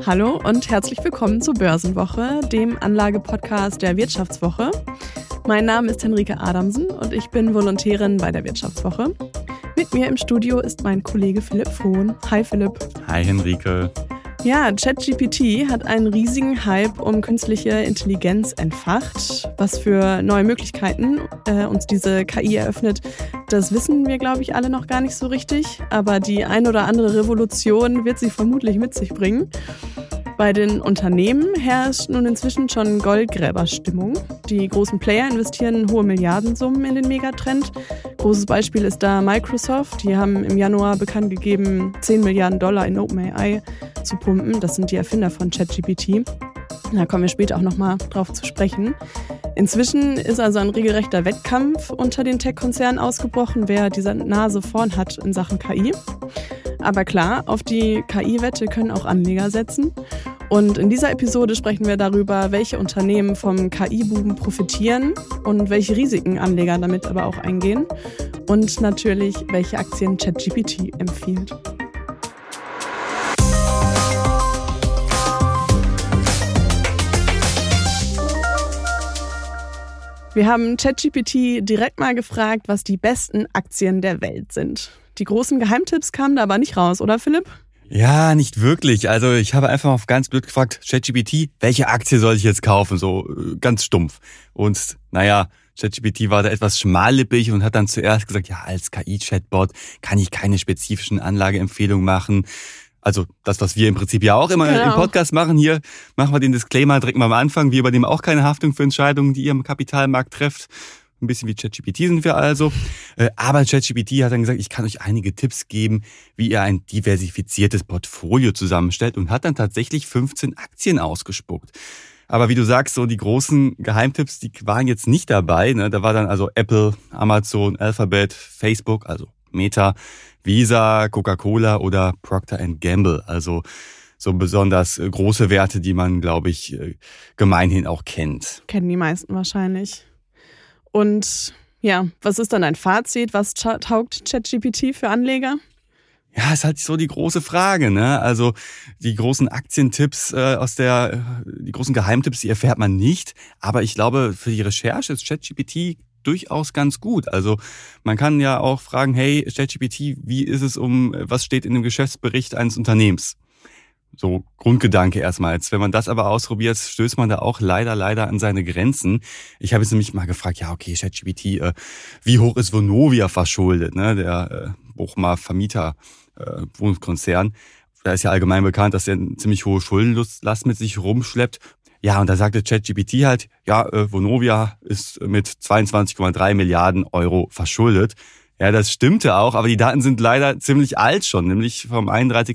Hallo und herzlich willkommen zur Börsenwoche, dem Anlagepodcast der Wirtschaftswoche. Mein Name ist Henrike Adamsen und ich bin Volontärin bei der Wirtschaftswoche. Mit mir im Studio ist mein Kollege Philipp Frohn. Hi Philipp. Hi Henrike. Ja, ChatGPT hat einen riesigen Hype um künstliche Intelligenz entfacht. Was für neue Möglichkeiten uns diese KI eröffnet, das wissen wir, glaube ich, alle noch gar nicht so richtig. Aber die ein oder andere Revolution wird sie vermutlich mit sich bringen. Bei den Unternehmen herrscht nun inzwischen schon Goldgräberstimmung. Die großen Player investieren hohe Milliardensummen in den Megatrend. Großes Beispiel ist da Microsoft. Die haben im Januar bekannt gegeben, $10 Milliarden in OpenAI zu pumpen. Das sind die Erfinder von ChatGPT. Da kommen wir später auch nochmal drauf zu sprechen. Inzwischen ist also ein regelrechter Wettkampf unter den Tech-Konzernen ausgebrochen, wer diese Nase vorn hat in Sachen KI. Aber klar, auf die KI-Wette können auch Anleger setzen. Und in dieser Episode sprechen wir darüber, welche Unternehmen vom KI-Boom profitieren und welche Risiken Anleger damit aber auch eingehen. Und natürlich, welche Aktien ChatGPT empfiehlt. Wir haben ChatGPT direkt mal gefragt, was die besten Aktien der Welt sind. Die großen Geheimtipps kamen da aber nicht raus, oder Philipp? Ja, nicht wirklich. Also ich habe einfach auf ganz blöd gefragt, ChatGPT, welche Aktie soll ich jetzt kaufen? So ganz stumpf. Und naja, ChatGPT war da etwas schmallippig und hat dann zuerst gesagt, ja, als KI-Chatbot kann ich keine spezifischen Anlageempfehlungen machen. Also das, was wir im Prinzip ja auch immer im Podcast machen. Hier machen wir den Disclaimer direkt mal am Anfang. Wir übernehmen auch keine Haftung für Entscheidungen, die ihr im Kapitalmarkt trefft. Ein bisschen wie ChatGPT sind wir also. Aber ChatGPT hat dann gesagt, ich kann euch einige Tipps geben, wie ihr ein diversifiziertes Portfolio zusammenstellt und hat dann tatsächlich 15 Aktien ausgespuckt. Aber wie du sagst, so die großen Geheimtipps, die waren jetzt nicht dabei. Ne? Da war dann also Apple, Amazon, Alphabet, Facebook, also Meta, Visa, Coca-Cola oder Procter & Gamble. Also so besonders große Werte, die man, glaube ich, gemeinhin auch kennt. Kennen die meisten wahrscheinlich. Und ja, was ist dann dein Fazit? Was taugt ChatGPT für Anleger? Ja, ist halt so die große Frage, ne? Also die großen Aktientipps die großen Geheimtipps, die erfährt man nicht. Aber ich glaube, für die Recherche ist ChatGPT durchaus ganz gut. Also man kann ja auch fragen, hey ChatGPT, was steht in dem Geschäftsbericht eines Unternehmens? So Grundgedanke erstmal. Wenn man das aber ausprobiert, stößt man da auch leider an seine Grenzen. Ich habe jetzt nämlich mal gefragt, ja okay, ChatGPT, wie hoch ist Vonovia verschuldet, ne? Der Bochumer Vermieter Wohnungskonzern. Da ist ja allgemein bekannt, dass er eine ziemlich hohe Schuldenlast mit sich rumschleppt. Ja, und da sagte ChatGPT halt, ja, Vonovia ist mit 22,3 Milliarden Euro verschuldet. Ja, das stimmte auch, aber die Daten sind leider ziemlich alt schon, nämlich vom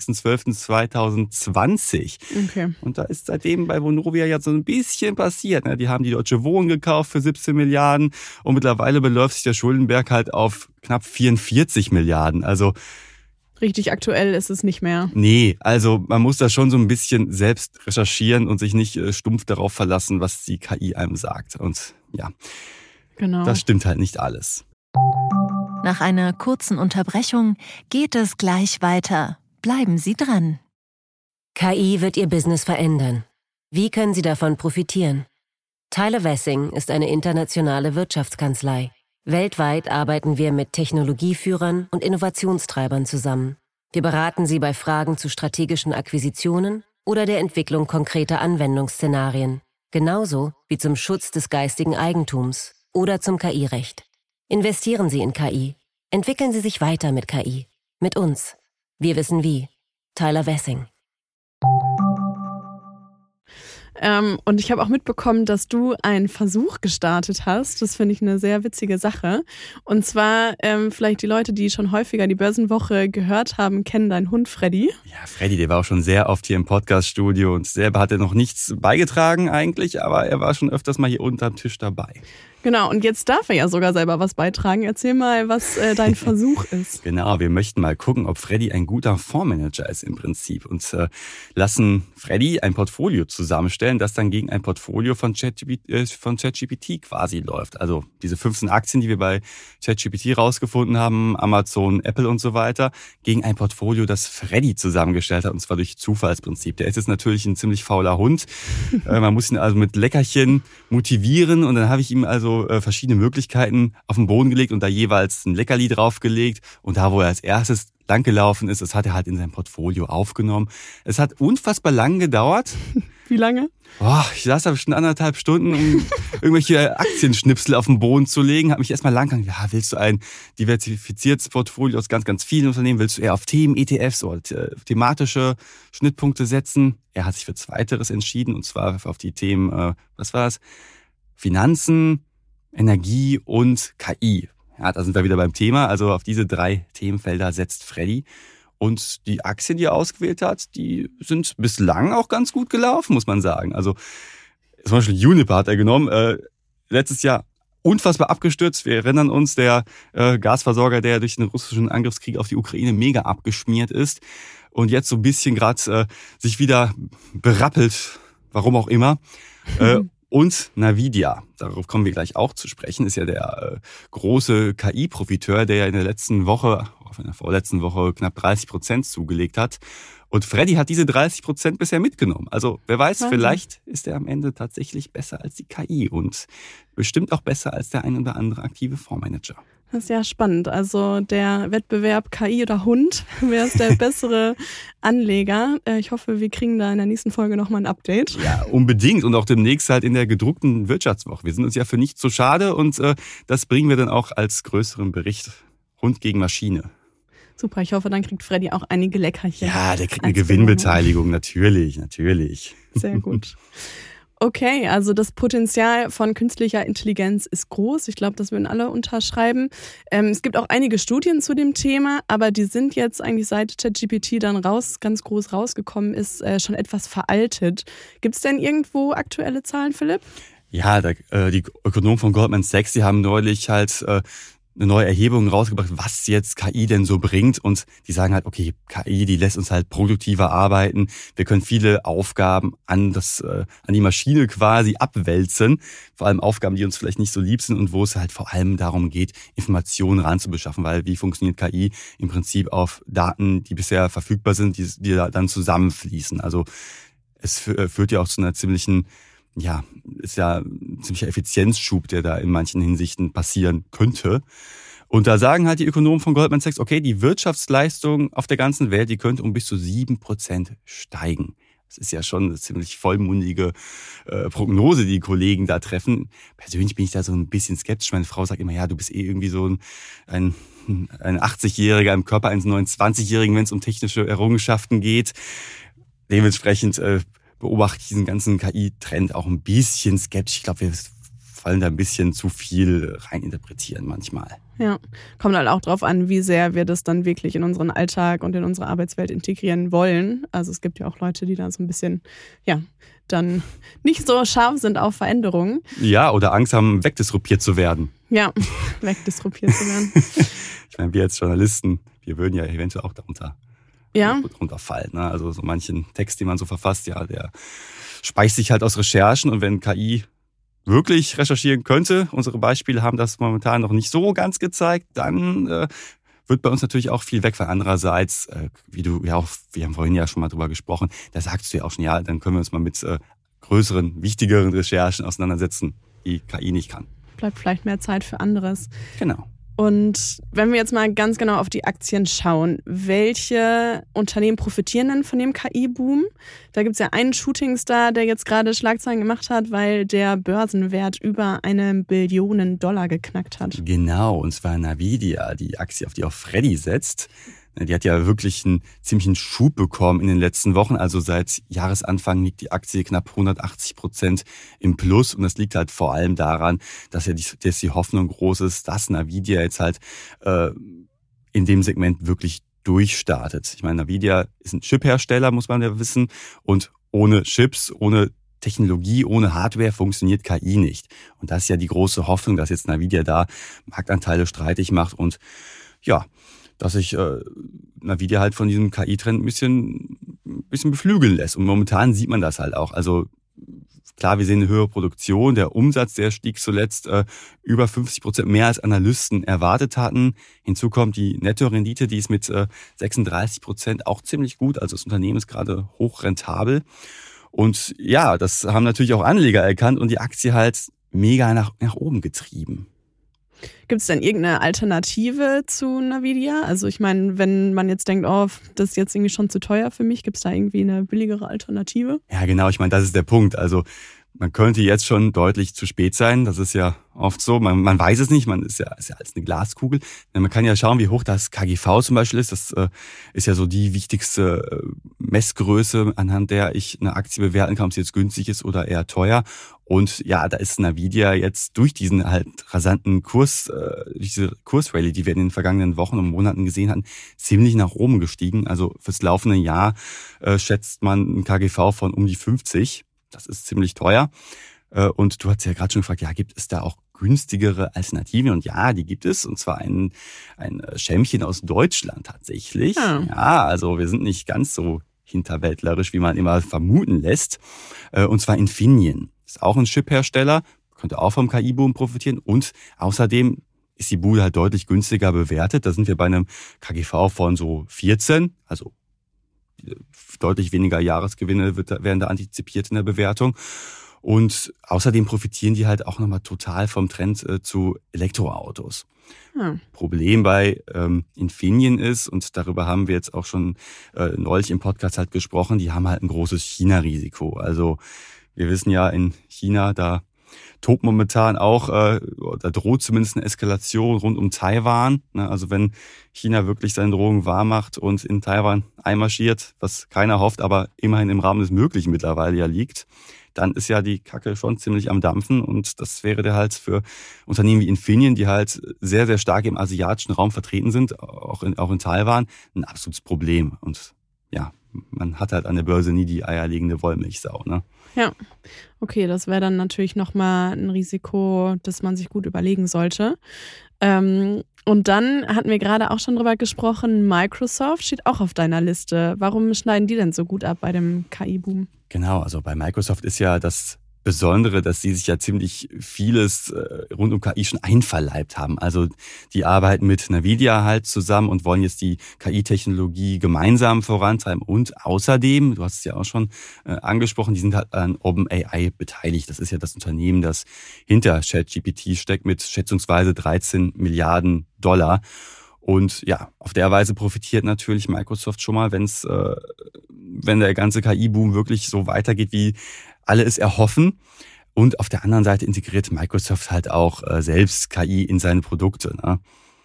31.12.2020. Okay. Und da ist seitdem bei Vonovia ja so ein bisschen passiert. Ne? Die haben die Deutsche Wohnen gekauft für 17 Milliarden und mittlerweile beläuft sich der Schuldenberg halt auf knapp 44 Milliarden. Also richtig aktuell ist es nicht mehr. Nee, also man muss da schon so ein bisschen selbst recherchieren und sich nicht stumpf darauf verlassen, was die KI einem sagt. Und ja, genau. Das stimmt halt nicht alles. Nach einer kurzen Unterbrechung geht es gleich weiter. Bleiben Sie dran. KI wird Ihr Business verändern. Wie können Sie davon profitieren? Tyler Wessing ist eine internationale Wirtschaftskanzlei. Weltweit arbeiten wir mit Technologieführern und Innovationstreibern zusammen. Wir beraten Sie bei Fragen zu strategischen Akquisitionen oder der Entwicklung konkreter Anwendungsszenarien, genauso wie zum Schutz des geistigen Eigentums oder zum KI-Recht. Investieren Sie in KI. Entwickeln Sie sich weiter mit KI. Mit uns. Wir wissen wie. Tyler Wessing. Und ich habe auch mitbekommen, dass du einen Versuch gestartet hast. Das finde ich eine sehr witzige Sache. Und zwar vielleicht die Leute, die schon häufiger die Börsenwoche gehört haben, kennen deinen Hund Freddy. Ja, Freddy, der war auch schon sehr oft hier im Podcaststudio und selber hat er noch nichts beigetragen eigentlich, aber er war schon öfters mal hier unterm Tisch dabei. Genau, und jetzt darf er ja sogar selber was beitragen. Erzähl mal, was dein Versuch ist. Genau, wir möchten mal gucken, ob Freddy ein guter Fondsmanager ist im Prinzip und lassen Freddy ein Portfolio zusammenstellen, das dann gegen ein Portfolio von ChatGPT quasi läuft. Also diese 15 Aktien, die wir bei ChatGPT rausgefunden haben, Amazon, Apple und so weiter, gegen ein Portfolio, das Freddy zusammengestellt hat, und zwar durch Zufallsprinzip. Der ist jetzt natürlich ein ziemlich fauler Hund. Man muss ihn also mit Leckerchen motivieren, und dann habe ich ihm also verschiedene Möglichkeiten auf den Boden gelegt und da jeweils ein Leckerli draufgelegt, und da, wo er als erstes langgelaufen ist, das hat er halt in sein Portfolio aufgenommen. Es hat unfassbar lang gedauert. Wie lange? Ich saß da bestimmt 1,5 Stunden, um irgendwelche Aktienschnipsel auf den Boden zu legen. Hab mich erstmal lang gegangen, ja, willst du ein diversifiziertes Portfolio aus ganz, ganz vielen Unternehmen? Willst du eher auf Themen, ETFs oder thematische Schnittpunkte setzen? Er hat sich für Zweiteres entschieden, und zwar auf die Themen, Finanzen, Energie und KI. Ja, da sind wir wieder beim Thema. Also auf diese 3 Themenfelder setzt Freddy. Und die Aktien, die er ausgewählt hat, die sind bislang auch ganz gut gelaufen, muss man sagen. Also zum Beispiel Uniper hat er genommen. Letztes Jahr unfassbar abgestürzt. Wir erinnern uns, der Gasversorger, der durch den russischen Angriffskrieg auf die Ukraine mega abgeschmiert ist. Und jetzt so ein bisschen gerade sich wieder berappelt, warum auch immer. Und Nvidia, darauf kommen wir gleich auch zu sprechen, ist ja der große KI-Profiteur, der ja in der vorletzten Woche knapp 30% zugelegt hat. Und Freddy hat diese 30% bisher mitgenommen. Also wer weiß, vielleicht ist er am Ende tatsächlich besser als die KI und bestimmt auch besser als der ein oder andere aktive Fondsmanager. Das ist ja spannend. Also der Wettbewerb KI oder Hund, wer ist der bessere Anleger? Ich hoffe, wir kriegen da in der nächsten Folge nochmal ein Update. Ja, unbedingt. Und auch demnächst halt in der gedruckten Wirtschaftswoche. Wir sind uns ja für nichts so schade, und das bringen wir dann auch als größeren Bericht. Hund gegen Maschine. Super, ich hoffe, dann kriegt Freddy auch einige Leckerchen. Ja, der kriegt eine Gewinnbeteiligung, natürlich. Sehr gut. Okay, also das Potenzial von künstlicher Intelligenz ist groß. Ich glaube, das würden alle unterschreiben. Es gibt auch einige Studien zu dem Thema, aber die sind jetzt eigentlich seit ChatGPT dann ganz groß rausgekommen ist, schon etwas veraltet. Gibt es denn irgendwo aktuelle Zahlen, Philipp? Ja, die Ökonomen von Goldman Sachs, die haben neulich halt eine neue Erhebung rausgebracht, was jetzt KI denn so bringt. Und die sagen halt, okay, KI, die lässt uns halt produktiver arbeiten. Wir können viele Aufgaben an die Maschine quasi abwälzen. Vor allem Aufgaben, die uns vielleicht nicht so lieb sind und wo es halt vor allem darum geht, Informationen ranzubeschaffen. Weil wie funktioniert KI? Im Prinzip auf Daten, die bisher verfügbar sind, die dann zusammenfließen. Also es führt ja auch zu einer ziemlicher Effizienzschub, der da in manchen Hinsichten passieren könnte. Und da sagen halt die Ökonomen von Goldman Sachs, okay, die Wirtschaftsleistung auf der ganzen Welt, die könnte um bis zu 7% steigen. Das ist ja schon eine ziemlich vollmundige Prognose, die Kollegen da treffen. Persönlich bin ich da so ein bisschen skeptisch. Meine Frau sagt immer, ja, du bist irgendwie so ein 80-Jähriger im Körper eines 29-Jährigen, wenn es um technische Errungenschaften geht. Dementsprechend beobachte ich diesen ganzen KI-Trend auch ein bisschen skeptisch. Ich glaube, wir wollen da ein bisschen zu viel reininterpretieren manchmal. Ja, kommt halt auch drauf an, wie sehr wir das dann wirklich in unseren Alltag und in unsere Arbeitswelt integrieren wollen. Also es gibt ja auch Leute, die da so ein bisschen, dann nicht so scharf sind auf Veränderungen. Ja, oder Angst haben, wegdisruptiert zu werden. Ja, wegdisruptiert zu werden. Ich meine, wir als Journalisten, wir würden ja eventuell auch darunter runterfallen. Ne? Also so manchen Text, den man so verfasst, der speist sich halt aus Recherchen, und wenn KI wirklich recherchieren könnte, unsere Beispiele haben das momentan noch nicht so ganz gezeigt, dann wird bei uns natürlich auch viel weg. Weil andererseits, wir haben vorhin ja schon mal drüber gesprochen, da sagst du ja auch schon, ja, dann können wir uns mal mit größeren, wichtigeren Recherchen auseinandersetzen, die KI nicht kann. Bleibt vielleicht mehr Zeit für anderes. Genau. Und wenn wir jetzt mal ganz genau auf die Aktien schauen, welche Unternehmen profitieren denn von dem KI-Boom? Da gibt es ja einen Shootingstar, der jetzt gerade Schlagzeilen gemacht hat, weil der Börsenwert über $1 Billion geknackt hat. Genau, und zwar Nvidia, die Aktie, auf die auch Freddy setzt. Die hat ja wirklich einen ziemlichen Schub bekommen in den letzten Wochen. Also seit Jahresanfang liegt die Aktie knapp 180% im Plus. Und das liegt halt vor allem daran, dass die Hoffnung groß ist, dass Nvidia jetzt halt in dem Segment wirklich durchstartet. Ich meine, Nvidia ist ein Chip-Hersteller, muss man ja wissen. Und ohne Chips, ohne Technologie ohne Hardware funktioniert KI nicht. Und das ist ja die große Hoffnung, dass jetzt Nvidia da Marktanteile streitig macht und ja, dass sich Nvidia halt von diesem KI-Trend ein bisschen beflügeln lässt. Und momentan sieht man das halt auch. Also klar, wir sehen eine höhere Produktion. Der Umsatz, der stieg zuletzt über 50% mehr als Analysten erwartet hatten. Hinzu kommt die Nettorendite, die ist mit 36% auch ziemlich gut. Also das Unternehmen ist gerade hochrentabel. Und ja, das haben natürlich auch Anleger erkannt und die Aktie halt mega nach oben getrieben. Gibt es denn irgendeine Alternative zu Nvidia? Also ich meine, wenn man jetzt denkt, oh, das ist jetzt irgendwie schon zu teuer für mich, gibt es da irgendwie eine billigere Alternative? Ja, genau, ich meine, das ist der Punkt. Also man könnte jetzt schon deutlich zu spät sein. Das ist ja oft so. Man weiß es nicht. Man ist ja als eine Glaskugel. Man kann ja schauen, wie hoch das KGV zum Beispiel ist. Das ist ja so die wichtigste Messgröße, anhand der ich eine Aktie bewerten kann, ob sie jetzt günstig ist oder eher teuer. Und ja, da ist Nvidia jetzt durch diesen halt rasanten diese Kursrallye, die wir in den vergangenen Wochen und Monaten gesehen hatten, ziemlich nach oben gestiegen. Also fürs laufende Jahr schätzt man ein KGV von um die 50. Das ist ziemlich teuer. Und du hast ja gerade schon gefragt, ja, gibt es da auch günstigere Alternativen? Und ja, die gibt es. Und zwar ein Schämmchen aus Deutschland tatsächlich. Ja, also wir sind nicht ganz so hinterwäldlerisch, wie man immer vermuten lässt. Und zwar Infineon. Ist auch ein Chip-Hersteller, könnte auch vom KI-Boom profitieren. Und außerdem ist die Bude halt deutlich günstiger bewertet. Da sind wir bei einem KGV von so 14, also deutlich weniger Jahresgewinne werden da antizipiert in der Bewertung. Und außerdem profitieren die halt auch nochmal total vom Trend zu Elektroautos. Problem bei Infineon ist, und darüber haben wir jetzt auch schon neulich im Podcast halt gesprochen, die haben halt ein großes China-Risiko. Also wir wissen ja, in China, da tobt momentan auch, da droht zumindest eine Eskalation rund um Taiwan. Also wenn China wirklich seine Drohung wahrmacht und in Taiwan einmarschiert, was keiner hofft, aber immerhin im Rahmen des Möglichen mittlerweile ja liegt, dann ist ja die Kacke schon ziemlich am Dampfen. Und das wäre halt für Unternehmen wie Infineon, die halt sehr, sehr stark im asiatischen Raum vertreten sind, auch in Taiwan, ein absolutes Problem. Und ja, man hat halt an der Börse nie die eierlegende Wollmilchsau, ne? Ja, okay, das wäre dann natürlich nochmal ein Risiko, das man sich gut überlegen sollte. Und dann hatten wir gerade auch schon drüber gesprochen, Microsoft steht auch auf deiner Liste. Warum schneiden die denn so gut ab bei dem KI-Boom? Genau, also bei Microsoft ist ja das Besondere, dass sie sich ja ziemlich vieles rund um KI schon einverleibt haben. Also die arbeiten mit Nvidia halt zusammen und wollen jetzt die KI-Technologie gemeinsam vorantreiben. Und außerdem, du hast es ja auch schon angesprochen, die sind halt an OpenAI beteiligt. Das ist ja das Unternehmen, das hinter ChatGPT steckt mit schätzungsweise 13 Milliarden $. Und ja, auf der Weise profitiert natürlich Microsoft schon mal, wenn der ganze KI-Boom wirklich so weitergeht, wie alle es erhoffen. Und auf der anderen Seite integriert Microsoft halt auch selbst KI in seine Produkte, ne?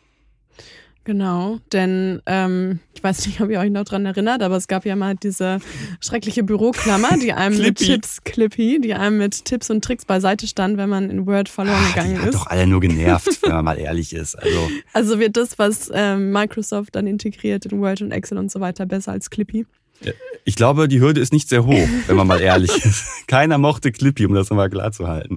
Genau, denn ich weiß nicht, ob ihr euch noch dran erinnert, aber es gab ja mal diese schreckliche Büroklammer, die einem mit Clippy, die einem mit Tipps und Tricks beiseite stand, wenn man in Word verloren gegangen ist. Die hat doch alle nur genervt, wenn man mal ehrlich ist. Also wird das, was Microsoft dann integriert in Word und Excel und so weiter, besser als Clippy? Ich glaube, die Hürde ist nicht sehr hoch, wenn man mal ehrlich ist. Keiner mochte Clippy, um das nochmal klar zu halten.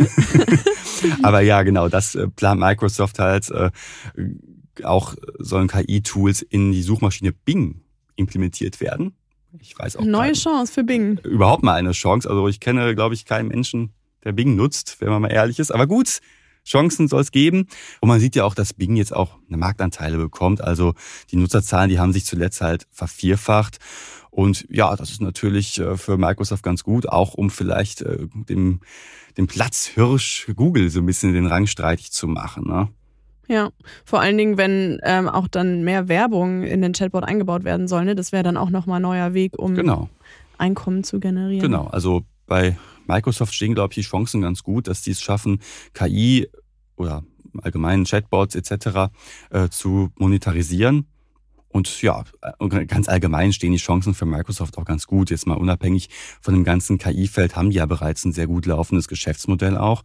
Aber ja, genau, das plant Microsoft halt. Auch sollen KI-Tools in die Suchmaschine Bing implementiert werden. Ich weiß auch neue Chance für Bing. Überhaupt mal eine Chance. Also ich kenne, glaube ich, keinen Menschen, der Bing nutzt, wenn man mal ehrlich ist. Aber gut, Chancen soll es geben. Und man sieht ja auch, dass Bing jetzt auch eine Marktanteile bekommt. Also die Nutzerzahlen, die haben sich zuletzt halt vervierfacht. Und ja, das ist natürlich für Microsoft ganz gut, auch um vielleicht dem Platzhirsch Google so ein bisschen den Rang streitig zu machen, ne? Ja, vor allen Dingen, wenn auch dann mehr Werbung in den Chatbot eingebaut werden soll, ne? Das wäre dann auch nochmal ein neuer Weg, um Einkommen zu generieren. Genau, also bei Microsoft stehen, glaube ich, die Chancen ganz gut, dass die es schaffen, KI oder allgemeinen Chatbots etc. Zu monetarisieren. Und ja, ganz allgemein stehen die Chancen für Microsoft auch ganz gut. Jetzt mal unabhängig von dem ganzen KI-Feld haben die ja bereits ein sehr gut laufendes Geschäftsmodell auch.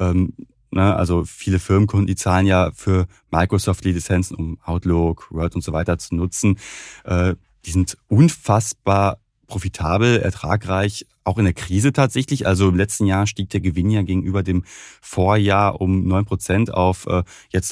Also viele Firmenkunden, die zahlen ja für Microsoft die Lizenzen, um Outlook, Word und so weiter zu nutzen. Die sind unfassbar profitabel, ertragreich, auch in der Krise tatsächlich. Also im letzten Jahr stieg der Gewinn ja gegenüber dem Vorjahr um 9% auf jetzt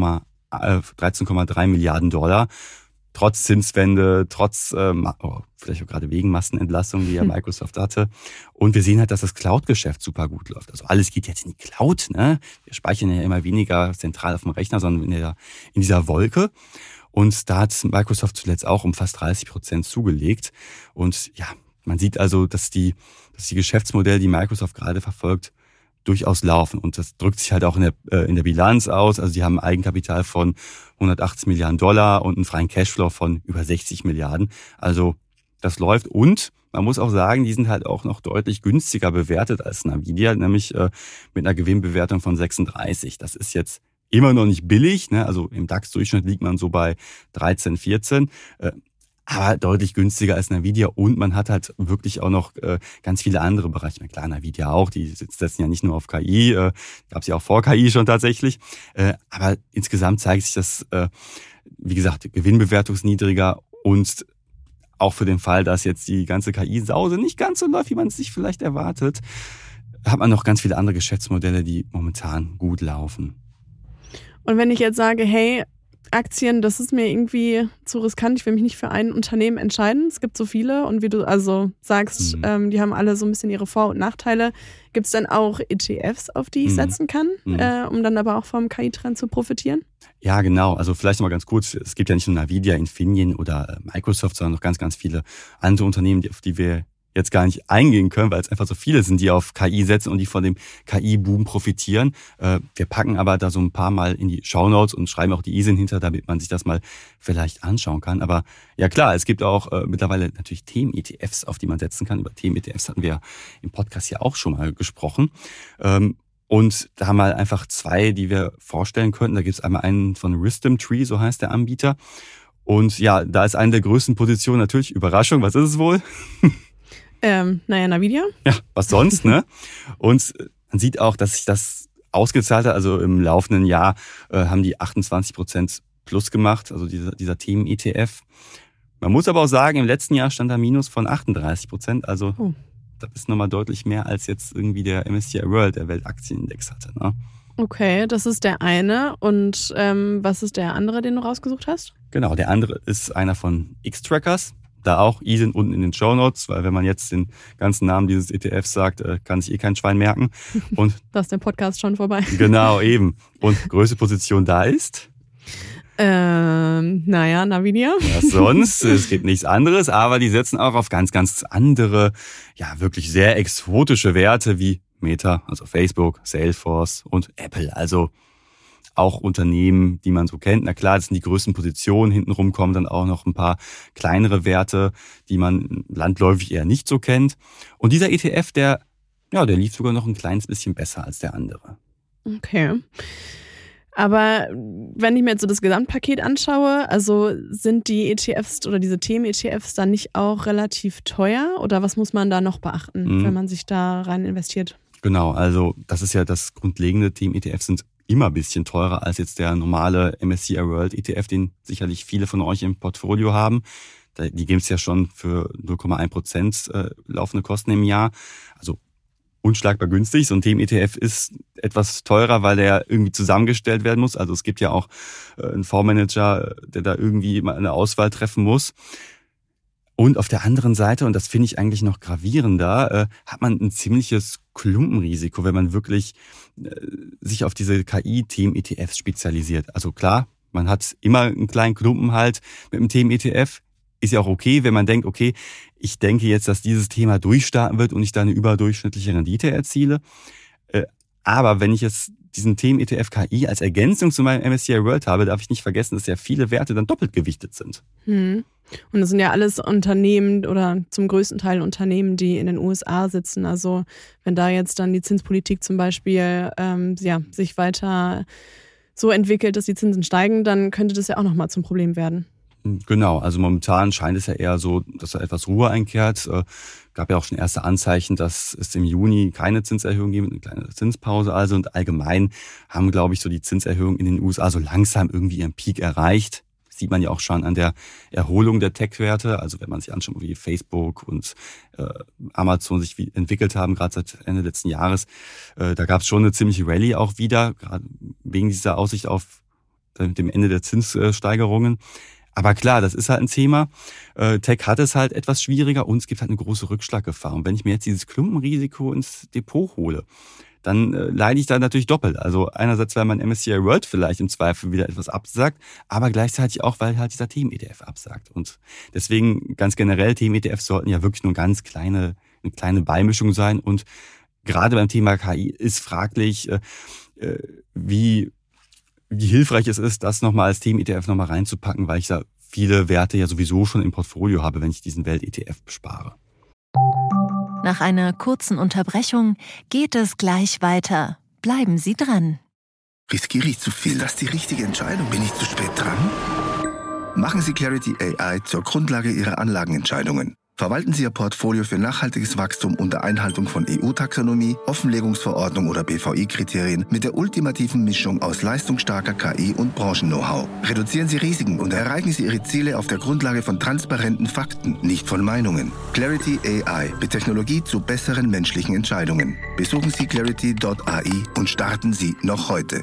13,3 Milliarden $. Trotz Zinswende, trotz, vielleicht auch gerade wegen Massenentlassungen, die ja Microsoft hatte. Und wir sehen halt, dass das Cloud-Geschäft super gut läuft. Also alles geht jetzt in die Cloud, ne? Wir speichern ja immer weniger zentral auf dem Rechner, sondern in dieser Wolke. Und da hat Microsoft zuletzt auch um fast 30% zugelegt. Und ja, man sieht also, dass die Geschäftsmodelle, die Microsoft gerade verfolgt, durchaus laufen. Und das drückt sich halt auch in der Bilanz aus. Also die haben ein Eigenkapital von 180 Milliarden $ und einen freien Cashflow von über 60 Milliarden. Also das läuft. Und man muss auch sagen, die sind halt auch noch deutlich günstiger bewertet als Nvidia, nämlich mit einer Gewinnbewertung von 36. Das ist jetzt immer noch nicht billig, ne? Also im DAX-Durchschnitt liegt man so bei 13, 14. Aber deutlich günstiger als Nvidia und man hat halt wirklich auch noch ganz viele andere Bereiche. Klar, Nvidia auch, die setzen ja nicht nur auf KI, gab es ja auch vor KI schon tatsächlich. Aber insgesamt zeigt sich das, wie gesagt, Gewinnbewertung ist niedriger und auch für den Fall, dass jetzt die ganze KI-Sause nicht ganz so läuft, wie man es sich vielleicht erwartet, hat man noch ganz viele andere Geschäftsmodelle, die momentan gut laufen. Und wenn ich jetzt sage, hey, Aktien, das ist mir irgendwie zu riskant, ich will mich nicht für ein Unternehmen entscheiden. Es gibt so viele und wie du also sagst, die haben alle so ein bisschen ihre Vor- und Nachteile. Gibt es dann auch ETFs, auf die ich setzen kann, um dann aber auch vom KI-Trend zu profitieren? Ja, genau. Also vielleicht noch mal ganz kurz, es gibt ja nicht nur Nvidia, Infineon oder Microsoft, sondern noch ganz, ganz viele andere Unternehmen, auf die wir jetzt gar nicht eingehen können, weil es einfach so viele sind, die auf KI setzen und die von dem KI-Boom profitieren. Wir packen aber da so ein paar Mal in die Shownotes und schreiben auch die ISIN hinter, damit man sich das mal vielleicht anschauen kann. Aber ja klar, es gibt auch mittlerweile natürlich Themen-ETFs, auf die man setzen kann. Über Themen-ETFs hatten wir im Podcast ja auch schon mal gesprochen. Und da haben wir einfach zwei, die wir vorstellen könnten. Da gibt es einmal einen von Wisdom Tree, so heißt der Anbieter. Und ja, da ist eine der größten Positionen natürlich Überraschung. Was ist es wohl? Nvidia. Ja, was sonst, ne? Und man sieht auch, dass sich das ausgezahlt hat. Also im laufenden Jahr haben die 28% plus gemacht, also dieser Themen-ETF. Man muss aber auch sagen, im letzten Jahr stand da Minus von 38%. Also das ist nochmal deutlich mehr, als jetzt irgendwie der MSCI World, der Weltaktienindex hatte, ne? Okay, das ist der eine. Und was ist der andere, den du rausgesucht hast? Genau, der andere ist einer von X-Trackers. Da auch ISIN unten in den Shownotes, weil wenn man jetzt den ganzen Namen dieses ETFs sagt, kann sich kein Schwein merken. Und da ist der Podcast schon vorbei. Genau, eben. Und größte Position da ist? Nvidia. Was sonst? Es gibt nichts anderes, aber die setzen auch auf ganz, ganz andere, ja wirklich sehr exotische Werte wie Meta, also Facebook, Salesforce und Apple. Also auch Unternehmen, die man so kennt. Na klar, das sind die größten Positionen. Hintenrum kommen dann auch noch ein paar kleinere Werte, die man landläufig eher nicht so kennt. Und dieser ETF, der lief sogar noch ein kleines bisschen besser als der andere. Okay. Aber wenn ich mir jetzt so das Gesamtpaket anschaue, also sind die ETFs oder diese Themen-ETFs dann nicht auch relativ teuer? Oder was muss man da noch beachten, wenn man sich da rein investiert? Genau, also das ist ja das grundlegende. Themen-ETFs sind immer ein bisschen teurer als jetzt der normale MSCI World ETF, den sicherlich viele von euch im Portfolio haben. Die geben es ja schon für 0,1% laufende Kosten im Jahr. Also unschlagbar günstig. So ein Themen-ETF ist etwas teurer, weil der irgendwie zusammengestellt werden muss. Also es gibt ja auch einen Fondsmanager, der da irgendwie mal eine Auswahl treffen muss. Und auf der anderen Seite, und das finde ich eigentlich noch gravierender, hat man ein ziemliches Klumpenrisiko, wenn man wirklich sich auf diese KI-Themen-ETFs spezialisiert. Also klar, man hat immer einen kleinen Klumpen halt mit dem Themen-ETF. Ist ja auch okay, wenn man denkt, okay, ich denke jetzt, dass dieses Thema durchstarten wird und ich da eine überdurchschnittliche Rendite erziele. Aber wenn ich jetzt diesen Themen-ETF KI als Ergänzung zu meinem MSCI World habe, darf ich nicht vergessen, dass ja viele Werte dann doppelt gewichtet sind. Und das sind ja alles Unternehmen oder zum größten Teil Unternehmen, die in den USA sitzen. Also wenn da jetzt dann die Zinspolitik zum Beispiel sich weiter so entwickelt, dass die Zinsen steigen, dann könnte das ja auch nochmal zum Problem werden. Genau, also momentan scheint es ja eher so, dass da etwas Ruhe einkehrt. Gab ja auch schon erste Anzeichen, dass es im Juni keine Zinserhöhung gibt, eine kleine Zinspause also. Und allgemein haben, glaube ich, so die Zinserhöhungen in den USA so langsam irgendwie ihren Peak erreicht. sieht man ja auch schon an der Erholung der Tech-Werte. Also wenn man sich anschaut, wie Facebook und Amazon sich entwickelt haben, gerade seit Ende letzten Jahres, da gab es schon eine ziemliche Rallye auch wieder, gerade wegen dieser Aussicht auf dem Ende der Zinssteigerungen. Aber klar, das ist halt ein Thema. Tech hat es halt etwas schwieriger und es gibt halt eine große Rückschlaggefahr. Und wenn ich mir jetzt dieses Klumpenrisiko ins Depot hole, dann leide ich da natürlich doppelt. Also einerseits, weil mein MSCI World vielleicht im Zweifel wieder etwas absagt, aber gleichzeitig auch, weil halt dieser Themen-ETF absagt. Und deswegen ganz generell, Themen-ETFs sollten ja wirklich nur eine kleine Beimischung sein. Und gerade beim Thema KI ist fraglich, wie hilfreich es ist, das nochmal als Themen-ETF nochmal reinzupacken, weil ich da viele Werte ja sowieso schon im Portfolio habe, wenn ich diesen Welt-ETF bespare. Nach einer kurzen Unterbrechung geht es gleich weiter. Bleiben Sie dran. Riskiere ich zu viel? Ist das die richtige Entscheidung? Bin ich zu spät dran? Machen Sie Clarity AI zur Grundlage Ihrer Anlagenentscheidungen. Verwalten Sie Ihr Portfolio für nachhaltiges Wachstum unter Einhaltung von EU-Taxonomie, Offenlegungsverordnung oder BVI-Kriterien mit der ultimativen Mischung aus leistungsstarker KI und Branchen-Know-how. Reduzieren Sie Risiken und erreichen Sie Ihre Ziele auf der Grundlage von transparenten Fakten, nicht von Meinungen. Clarity AI mit Technologie zu besseren menschlichen Entscheidungen. Besuchen Sie clarity.ai und starten Sie noch heute.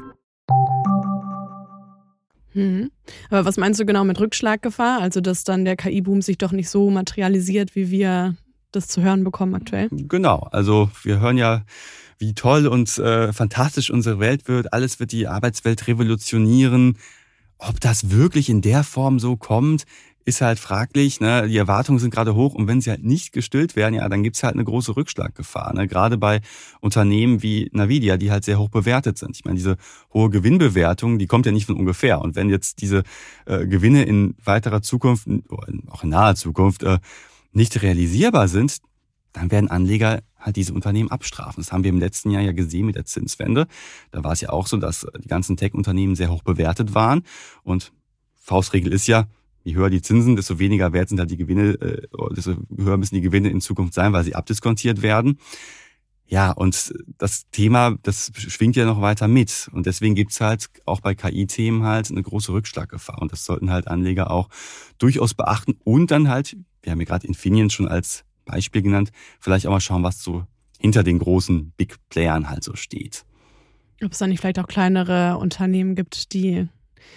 Aber was meinst du genau mit Rückschlaggefahr? Also, dass dann der KI-Boom sich doch nicht so materialisiert, wie wir das zu hören bekommen aktuell? Genau, also wir hören ja, wie toll und fantastisch unsere Welt wird. Alles wird die Arbeitswelt revolutionieren. Ob das wirklich in der Form so kommt, ist halt fraglich. Ne? Die Erwartungen sind gerade hoch und wenn sie halt nicht gestillt werden, ja, dann gibt's halt eine große Rückschlaggefahr. Ne? Gerade bei Unternehmen wie Nvidia, die halt sehr hoch bewertet sind. Ich meine, diese hohe Gewinnbewertung, die kommt ja nicht von ungefähr. Und wenn jetzt diese Gewinne in weiterer Zukunft, oder auch in naher Zukunft, nicht realisierbar sind, dann werden Anleger halt diese Unternehmen abstrafen. Das haben wir im letzten Jahr ja gesehen mit der Zinswende. Da war es ja auch so, dass die ganzen Tech-Unternehmen sehr hoch bewertet waren. Und Faustregel ist ja, je höher die Zinsen, desto weniger wert sind halt die Gewinne, desto höher müssen die Gewinne in Zukunft sein, weil sie abdiskontiert werden. Ja, und das Thema, das schwingt ja noch weiter mit. Und deswegen gibt's halt auch bei KI-Themen halt eine große Rückschlaggefahr. Und das sollten halt Anleger auch durchaus beachten. Und dann halt, wir haben ja gerade Infineon schon als Beispiel genannt, vielleicht auch mal schauen, was so hinter den großen Big Playern halt so steht. Ob es da nicht vielleicht auch kleinere Unternehmen gibt, die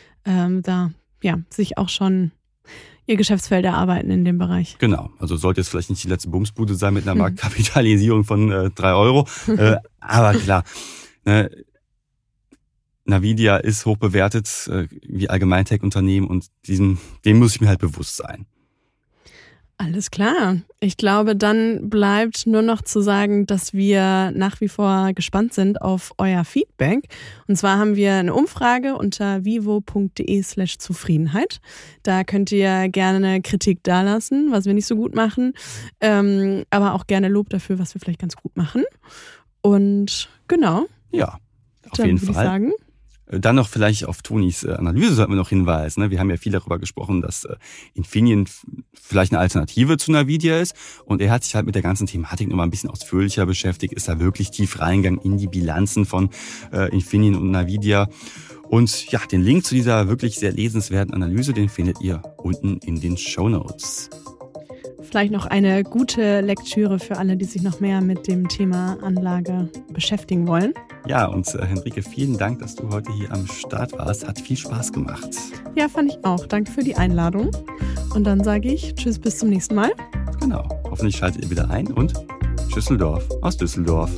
sich auch schon ihr Geschäftsfeld erarbeiten in dem Bereich. Genau, also sollte jetzt vielleicht nicht die letzte Bumsbude sein mit einer Marktkapitalisierung von 3 Euro. Aber klar, ne, Nvidia ist hoch bewertet wie allgemein Tech-Unternehmen und dem muss ich mir halt bewusst sein. Alles klar. Ich glaube, dann bleibt nur noch zu sagen, dass wir nach wie vor gespannt sind auf euer Feedback. Und zwar haben wir eine Umfrage unter vivo.de/Zufriedenheit. Da könnt ihr gerne Kritik dalassen, was wir nicht so gut machen, aber auch gerne Lob dafür, was wir vielleicht ganz gut machen. Und genau. Ja, auf dann jeden würde Fall. Ich sagen, dann noch vielleicht auf Tonis Analyse sollten wir noch hinweisen. Ne? Wir haben ja viel darüber gesprochen, dass Infineon vielleicht eine Alternative zu Nvidia ist. Und er hat sich halt mit der ganzen Thematik nochmal ein bisschen ausführlicher beschäftigt, ist da wirklich tief reingegangen in die Bilanzen von Infineon und Nvidia. Und ja, den Link zu dieser wirklich sehr lesenswerten Analyse, den findet ihr unten in den Shownotes. vielleicht noch eine gute Lektüre für alle, die sich noch mehr mit dem Thema Anlage beschäftigen wollen. Ja, und Henrike, vielen Dank, dass du heute hier am Start warst. Hat viel Spaß gemacht. Ja, fand ich auch. Danke für die Einladung. Und dann sage ich tschüss, bis zum nächsten Mal. Genau. Hoffentlich schaltet ihr wieder ein und Schüsseldorf aus Düsseldorf.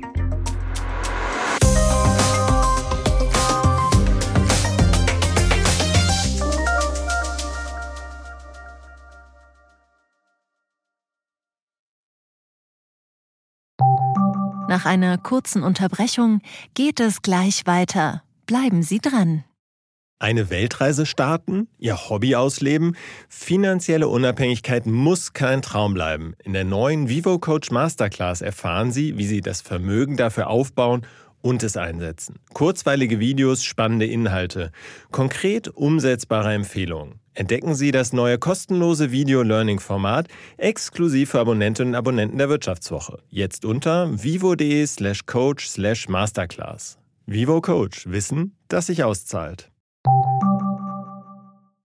Nach einer kurzen Unterbrechung geht es gleich weiter. Bleiben Sie dran. Eine Weltreise starten? Ihr Hobby ausleben? Finanzielle Unabhängigkeit muss kein Traum bleiben. In der neuen Vivo Coach Masterclass erfahren Sie, wie Sie das Vermögen dafür aufbauen und es einsetzen. Kurzweilige Videos, spannende Inhalte, konkret umsetzbare Empfehlungen. Entdecken Sie das neue kostenlose Video-Learning-Format exklusiv für Abonnentinnen und Abonnenten der Wirtschaftswoche. Jetzt unter vivo.de/coach/masterclass. Vivo Coach. Wissen, das sich auszahlt.